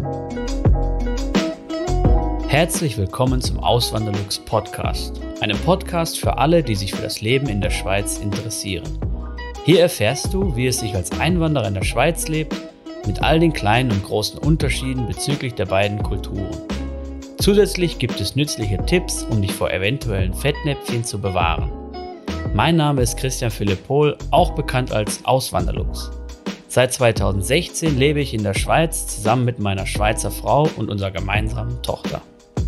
Herzlich willkommen zum Auswanderlux Podcast, einem Podcast für alle, die sich für das Leben in der Schweiz interessieren. Hier erfährst du, wie es sich als Einwanderer in der Schweiz lebt, mit all den kleinen und großen Unterschieden bezüglich der beiden Kulturen. Zusätzlich gibt es nützliche Tipps, um dich vor eventuellen Fettnäpfchen zu bewahren. Mein Name ist Christian Philipp Pohl, auch bekannt als Auswanderlux. Seit 2016 lebe ich in der Schweiz zusammen mit meiner Schweizer Frau und unserer gemeinsamen Tochter.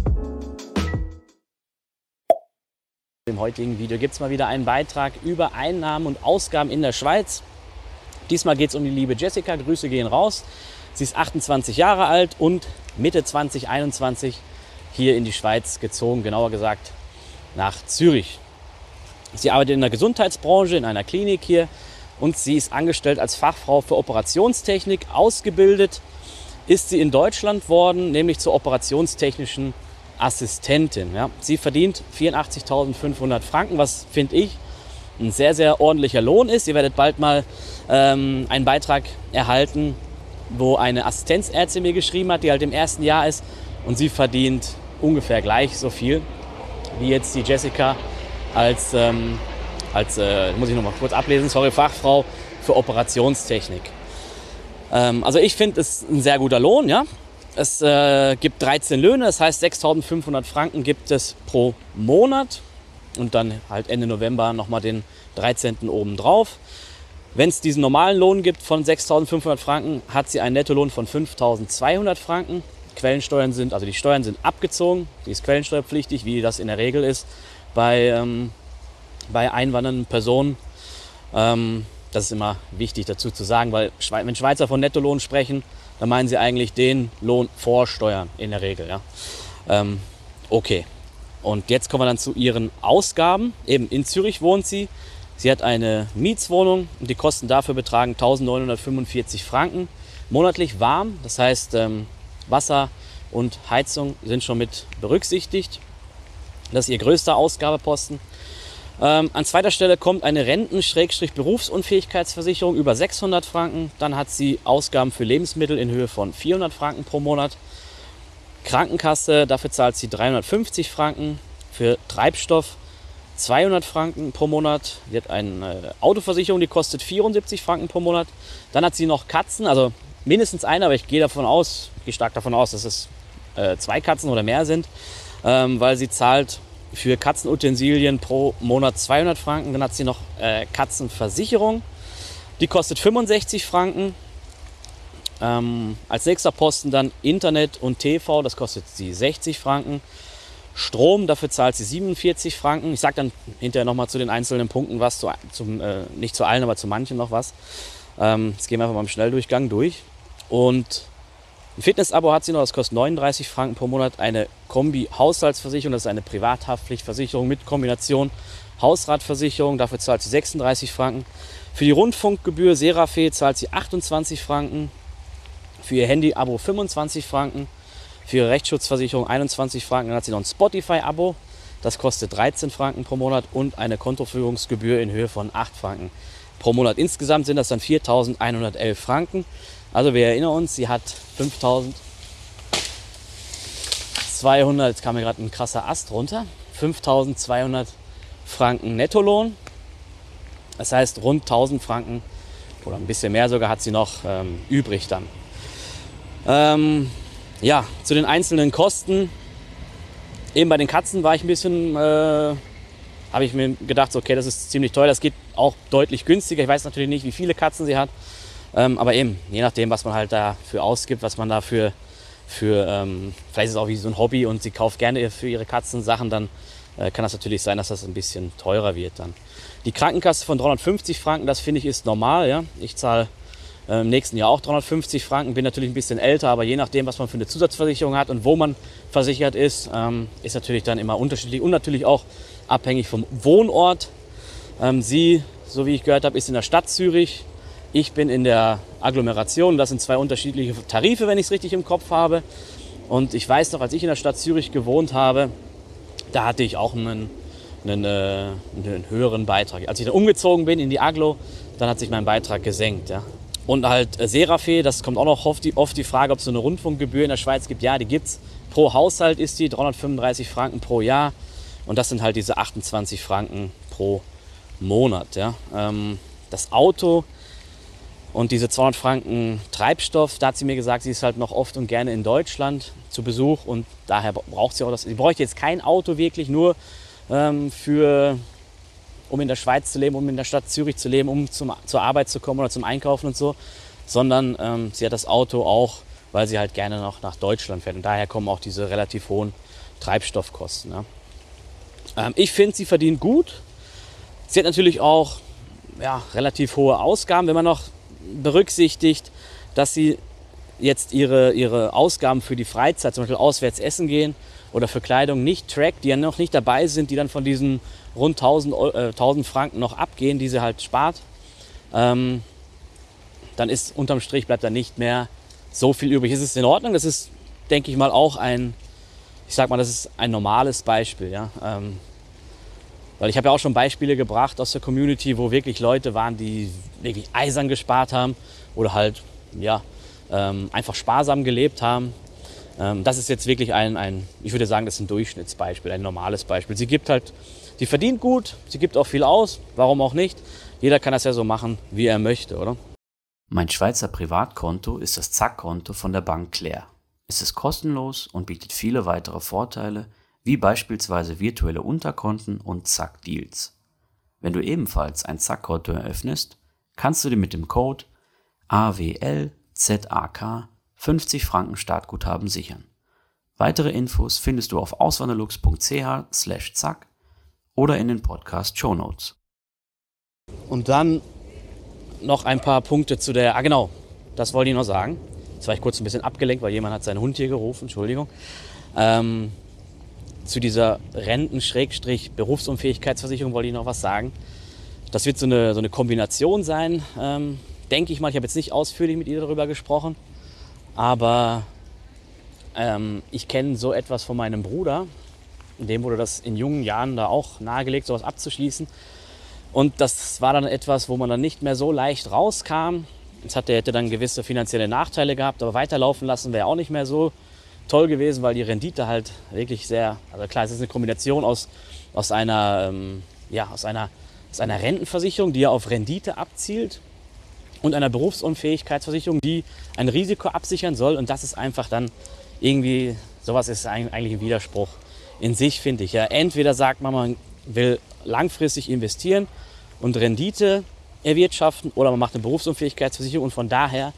Im heutigen Video gibt es mal wieder einen Beitrag über Einnahmen und Ausgaben in der Schweiz. Diesmal geht es um die liebe Jessica, Grüße gehen raus. Sie ist 28 Jahre alt und Mitte 2021 hier in die Schweiz gezogen, genauer gesagt nach Zürich. Sie arbeitet in der Gesundheitsbranche, in einer Klinik hier und sie ist angestellt als Fachfrau für Operationstechnik. Ausgebildet ist sie in Deutschland worden, nämlich zur operationstechnischen Assistentin. Ja. Sie verdient 84.500 Franken, was finde ich ein sehr, sehr ordentlicher Lohn ist. Ihr werdet bald mal einen Beitrag erhalten, wo eine Assistenzärztin mir geschrieben hat, die halt im ersten Jahr ist und sie verdient ungefähr gleich so viel wie jetzt die Jessica als muss ich noch mal kurz ablesen, Fachfrau für Operationstechnik. Also ich finde es ein sehr guter Lohn, ja. Es gibt 13 Löhne, das heißt 6.500 Franken gibt es pro Monat und dann halt Ende November nochmal den 13. obendrauf. Wenn es diesen normalen Lohn gibt von 6.500 Franken, hat sie einen Nettolohn von 5.200 Franken. Die Steuern sind abgezogen, sie ist quellensteuerpflichtig, wie das in der Regel ist bei einwandernden Personen. Das ist immer wichtig dazu zu sagen, weil wenn Schweizer von Nettolohn sprechen, dann meinen sie eigentlich den Lohn vor Steuern in der Regel. Ja. Okay, und jetzt kommen wir dann zu ihren Ausgaben. Eben in Zürich wohnt sie. Sie hat eine Mietswohnung und die Kosten dafür betragen 1.945 Franken. Monatlich warm, das heißt Wasser und Heizung sind schon mit berücksichtigt. Das ist ihr größter Ausgabeposten. An zweiter Stelle kommt eine Renten-Berufsunfähigkeitsversicherung über 600 Franken. Dann hat sie Ausgaben für Lebensmittel in Höhe von 400 Franken pro Monat. Krankenkasse, dafür zahlt sie 350 Franken. Für Treibstoff 200 Franken pro Monat. Sie hat eine Autoversicherung, die kostet 74 Franken pro Monat. Dann hat sie noch Katzen, also mindestens eine, aber ich gehe stark davon aus, dass es 2 Katzen oder mehr sind, weil sie zahlt für Katzenutensilien pro Monat 200 Franken. Dann hat sie noch Katzenversicherung. Die kostet 65 Franken. Als nächster Posten dann Internet und TV. Das kostet sie 60 Franken. Strom, dafür zahlt sie 47 Franken. Ich sage dann hinterher nochmal zu den einzelnen Punkten was. Nicht zu allen, aber zu manchen noch was. Jetzt gehen wir einfach mal im Schnelldurchgang durch. Und ein Fitnessabo hat sie noch, das kostet 39 Franken pro Monat. Eine Kombi-Haushaltsversicherung, das ist eine Privathaftpflichtversicherung mit Kombination Hausratversicherung, dafür zahlt sie 36 Franken. Für die Rundfunkgebühr Serafe zahlt sie 28 Franken. Für ihr Handy-Abo 25 Franken. Für ihre Rechtsschutzversicherung 21 Franken. Dann hat sie noch ein Spotify-Abo, das kostet 13 Franken pro Monat und eine Kontoführungsgebühr in Höhe von 8 Franken pro Monat. Insgesamt sind das dann 4.111 Franken. Also wir erinnern uns, sie hat 5.200, jetzt kam mir gerade ein krasser Ast runter, 5.200 Franken Nettolohn. Das heißt rund 1.000 Franken oder ein bisschen mehr sogar hat sie noch übrig dann. Ja, zu den einzelnen Kosten. Eben bei den Katzen war ich ein bisschen, habe ich mir gedacht, so, okay, das ist ziemlich teuer, das geht auch deutlich günstiger. Ich weiß natürlich nicht, wie viele Katzen sie hat. Aber eben, je nachdem, was man halt dafür ausgibt, was man dafür vielleicht ist es auch wie so ein Hobby und sie kauft gerne für ihre Katzen Sachen, dann kann das natürlich sein, dass das ein bisschen teurer wird dann. Die Krankenkasse von 350 Franken, das finde ich ist normal. Ja? Ich zahle im nächsten Jahr auch 350 Franken, bin natürlich ein bisschen älter, aber je nachdem, was man für eine Zusatzversicherung hat und wo man versichert ist natürlich dann immer unterschiedlich und natürlich auch abhängig vom Wohnort. Sie, so wie ich gehört habe, ist in der Stadt Zürich. Ich bin in der Agglomeration, das sind 2 unterschiedliche Tarife, wenn ich es richtig im Kopf habe. Und ich weiß noch, als ich in der Stadt Zürich gewohnt habe, da hatte ich auch einen höheren Beitrag. Als ich dann umgezogen bin in die Agglo, dann hat sich mein Beitrag gesenkt. Ja. Und halt Serafe, das kommt auch noch oft die Frage, ob es so eine Rundfunkgebühr in der Schweiz gibt. Ja, die gibt's. Pro Haushalt ist die 335 Franken pro Jahr. Und das sind halt diese 28 Franken pro Monat. Ja. Das Auto und diese 200 Franken Treibstoff, da hat sie mir gesagt, sie ist halt noch oft und gerne in Deutschland zu Besuch. Und daher braucht sie auch das. Sie bräuchte jetzt kein Auto wirklich, nur um in der Schweiz zu leben, um in der Stadt Zürich zu leben, um zur Arbeit zu kommen oder zum Einkaufen und so. Sondern sie hat das Auto auch, weil sie halt gerne noch nach Deutschland fährt. Und daher kommen auch diese relativ hohen Treibstoffkosten. Ja. Ich finde, sie verdient gut. Sie hat natürlich auch relativ hohe Ausgaben, wenn man noch berücksichtigt, dass sie jetzt ihre Ausgaben für die Freizeit, zum Beispiel auswärts essen gehen oder für Kleidung nicht trackt, die ja noch nicht dabei sind, die dann von diesen rund 1000 Franken noch abgehen, die sie halt spart. Dann ist unterm Strich bleibt da nicht mehr so viel übrig. Es ist in Ordnung, das ist, denke ich mal, auch das ist ein normales Beispiel. Ja? Weil ich habe ja auch schon Beispiele gebracht aus der Community, wo wirklich Leute waren, die wirklich eisern gespart haben oder halt einfach sparsam gelebt haben. Das ist jetzt wirklich ich würde sagen, das ist ein Durchschnittsbeispiel, ein normales Beispiel. Sie verdient gut, sie gibt auch viel aus, warum auch nicht? Jeder kann das ja so machen, wie er möchte, oder? Mein Schweizer Privatkonto ist das Zack-Konto von der Bank Claire. Es ist kostenlos und bietet viele weitere Vorteile, wie beispielsweise virtuelle Unterkonten und Zack-Deals. Wenn du ebenfalls ein Zack-Konto eröffnest, kannst du dir mit dem Code AWLZAK 50 Franken Startguthaben sichern. Weitere Infos findest du auf auswanderlux.ch/zack oder in den Podcast Shownotes. Und dann noch ein paar Punkte zu das wollte ich noch sagen. Jetzt war ich kurz ein bisschen abgelenkt, weil jemand hat seinen Hund hier gerufen, Entschuldigung. Zu dieser Renten-Berufsunfähigkeitsversicherung wollte ich noch was sagen. Das wird so eine Kombination sein, denke ich mal. Ich habe jetzt nicht ausführlich mit ihr darüber gesprochen, aber ich kenne so etwas von meinem Bruder. Dem wurde das in jungen Jahren da auch nahegelegt, sowas abzuschließen. Und das war dann etwas, wo man dann nicht mehr so leicht rauskam. Der hätte dann gewisse finanzielle Nachteile gehabt, aber weiterlaufen lassen wäre auch nicht mehr so toll gewesen, weil die Rendite halt wirklich also klar, es ist eine Kombination aus einer Rentenversicherung, die ja auf Rendite abzielt, und einer Berufsunfähigkeitsversicherung, die ein Risiko absichern soll. Und das ist einfach dann irgendwie, sowas ist eigentlich ein Widerspruch in sich, finde ich. Ja. Entweder sagt man will langfristig investieren und Rendite erwirtschaften, oder man macht eine Berufsunfähigkeitsversicherung. Und von daher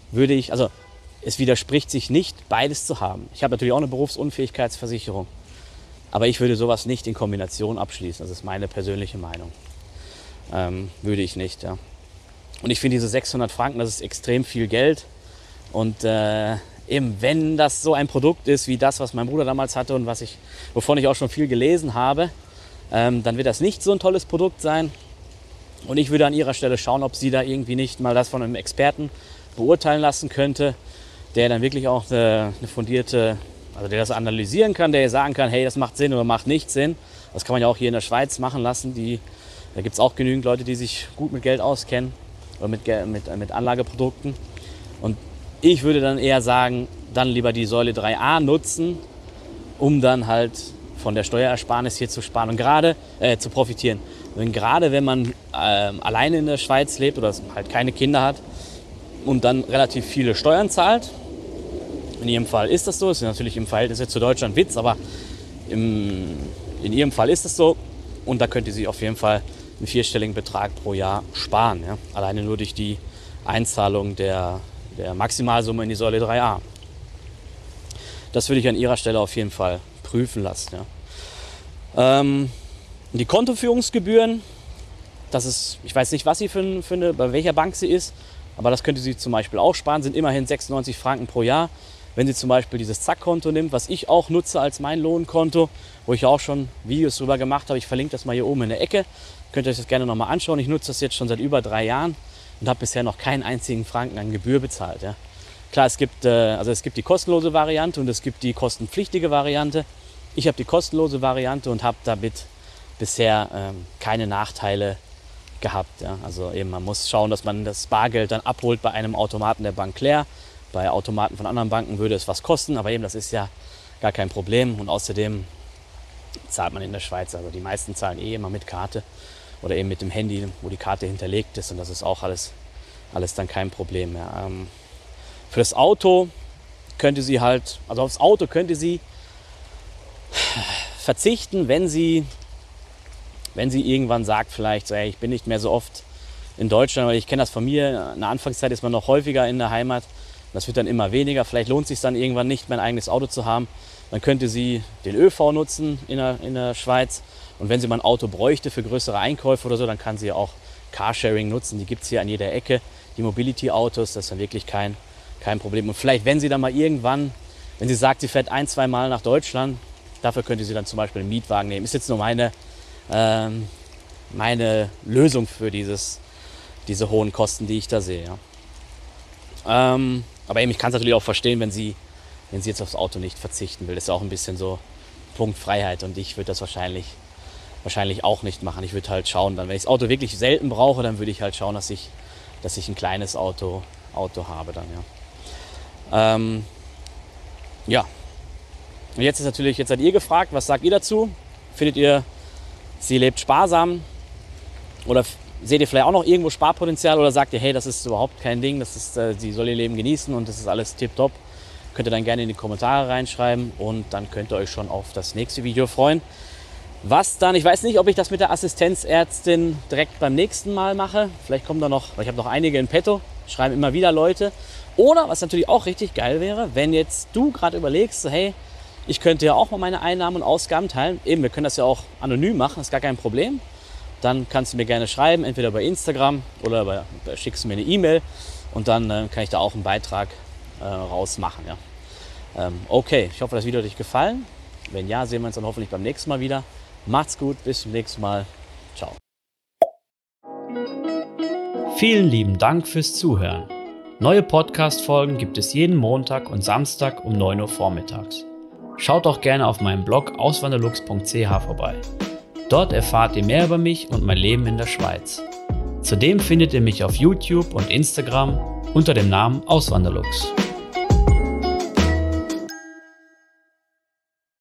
es widerspricht sich nicht, beides zu haben. Ich habe natürlich auch eine Berufsunfähigkeitsversicherung, aber ich würde sowas nicht in Kombination abschließen. Das ist meine persönliche Meinung. Würde ich nicht, ja. Und ich finde diese 600 Franken, das ist extrem viel Geld. Und eben wenn das so ein Produkt ist wie das, was mein Bruder damals hatte und wovon ich auch schon viel gelesen habe, dann wird das nicht so ein tolles Produkt sein. Und ich würde an ihrer Stelle schauen, ob sie da irgendwie nicht mal das von einem Experten beurteilen lassen könnte, der dann wirklich auch eine fundierte, also der das analysieren kann, der sagen kann, hey, das macht Sinn oder macht nicht Sinn. Das kann man ja auch hier in der Schweiz machen lassen. Da gibt es auch genügend Leute, die sich gut mit Geld auskennen oder mit Anlageprodukten. Und ich würde dann eher sagen, dann lieber die Säule 3a nutzen, um dann halt von der Steuerersparnis hier zu sparen und zu profitieren. Und gerade wenn man alleine in der Schweiz lebt oder halt keine Kinder hat und dann relativ viele Steuern zahlt, in ihrem Fall ist das so, ist natürlich im Verhältnis jetzt zu Deutschland Witz, aber in ihrem Fall ist das so, und da könnte sie auf jeden Fall einen 4-stelligen Betrag pro Jahr sparen. Ja? Alleine nur durch die Einzahlung der Maximalsumme in die Säule 3a. Das würde ich an ihrer Stelle auf jeden Fall prüfen lassen. Ja? Die Kontoführungsgebühren, ich weiß nicht, was sie bei welcher Bank sie ist, aber das könnte sie zum Beispiel auch sparen, sind immerhin 96 Franken pro Jahr. Wenn sie zum Beispiel dieses Zack-Konto nimmt, was ich auch nutze als mein Lohnkonto, wo ich auch schon Videos drüber gemacht habe, ich verlinke das mal hier oben in der Ecke, könnt ihr euch das gerne nochmal anschauen. Ich nutze das jetzt schon seit über 3 Jahren und habe bisher noch keinen einzigen Franken an Gebühr bezahlt. Ja. Klar, es gibt die kostenlose Variante und es gibt die kostenpflichtige Variante. Ich habe die kostenlose Variante und habe damit bisher keine Nachteile gehabt. Ja. Also eben, man muss schauen, dass man das Bargeld dann abholt bei einem Automaten der Bank Clair. Bei Automaten von anderen Banken würde es was kosten, aber eben das ist ja gar kein Problem. Und außerdem zahlt man in der Schweiz, also die meisten zahlen immer mit Karte oder eben mit dem Handy, wo die Karte hinterlegt ist, und das ist auch alles dann kein Problem mehr. Für das Auto könnte sie halt, also aufs Auto könnte sie verzichten, wenn sie irgendwann sagt, vielleicht so, hey, ich bin nicht mehr so oft in Deutschland, weil ich kenne das von mir, in der Anfangszeit ist man noch häufiger in der Heimat, das wird dann immer weniger, vielleicht lohnt es sich dann irgendwann nicht, mein eigenes Auto zu haben, dann könnte sie den ÖV nutzen in der Schweiz, und wenn sie mal ein Auto bräuchte für größere Einkäufe oder so, dann kann sie auch Carsharing nutzen, die gibt es hier an jeder Ecke, die Mobility-Autos, das ist dann wirklich kein Problem. Und vielleicht, wenn sie dann mal irgendwann, wenn sie sagt, sie fährt 1-2 Mal nach Deutschland, dafür könnte sie dann zum Beispiel einen Mietwagen nehmen. Ist jetzt nur meine Lösung für diese hohen Kosten, die ich da sehe. Ja. Aber eben, ich kann es natürlich auch verstehen, wenn sie jetzt aufs Auto nicht verzichten will. Das ist auch ein bisschen so Punkt Freiheit, und ich würde das wahrscheinlich auch nicht machen. Ich würde halt schauen, dann, wenn ich das Auto wirklich selten brauche, dann würde ich halt schauen, dass ich ein kleines Auto habe dann, ja. Ja. Und jetzt seid ihr gefragt, was sagt ihr dazu? Findet ihr, sie lebt sparsam? Oder seht ihr vielleicht auch noch irgendwo Sparpotenzial? Oder sagt ihr, hey, das ist überhaupt kein Ding, sie soll ihr Leben genießen und das ist alles tipptopp? Könnt ihr dann gerne in die Kommentare reinschreiben, und dann könnt ihr euch schon auf das nächste Video freuen. Was dann, ich weiß nicht, ob ich das mit der Assistenzärztin direkt beim nächsten Mal mache. Vielleicht kommen da noch, weil ich habe noch einige in petto, schreiben immer wieder Leute. Oder, was natürlich auch richtig geil wäre, wenn jetzt du gerade überlegst, hey, ich könnte ja auch mal meine Einnahmen und Ausgaben teilen. Eben, wir können das ja auch anonym machen, ist gar kein Problem. Dann kannst du mir gerne schreiben, entweder bei Instagram oder schickst du mir eine E-Mail, und dann kann ich da auch einen Beitrag rausmachen. Ja. Okay, ich hoffe, das Video hat euch gefallen. Wenn ja, sehen wir uns dann hoffentlich beim nächsten Mal wieder. Macht's gut, bis zum nächsten Mal. Ciao. Vielen lieben Dank fürs Zuhören. Neue Podcast-Folgen gibt es jeden Montag und Samstag um 9 Uhr vormittags. Schaut auch gerne auf meinem Blog auswanderlux.ch vorbei. Dort erfahrt ihr mehr über mich und mein Leben in der Schweiz. Zudem findet ihr mich auf YouTube und Instagram unter dem Namen Auswanderlux.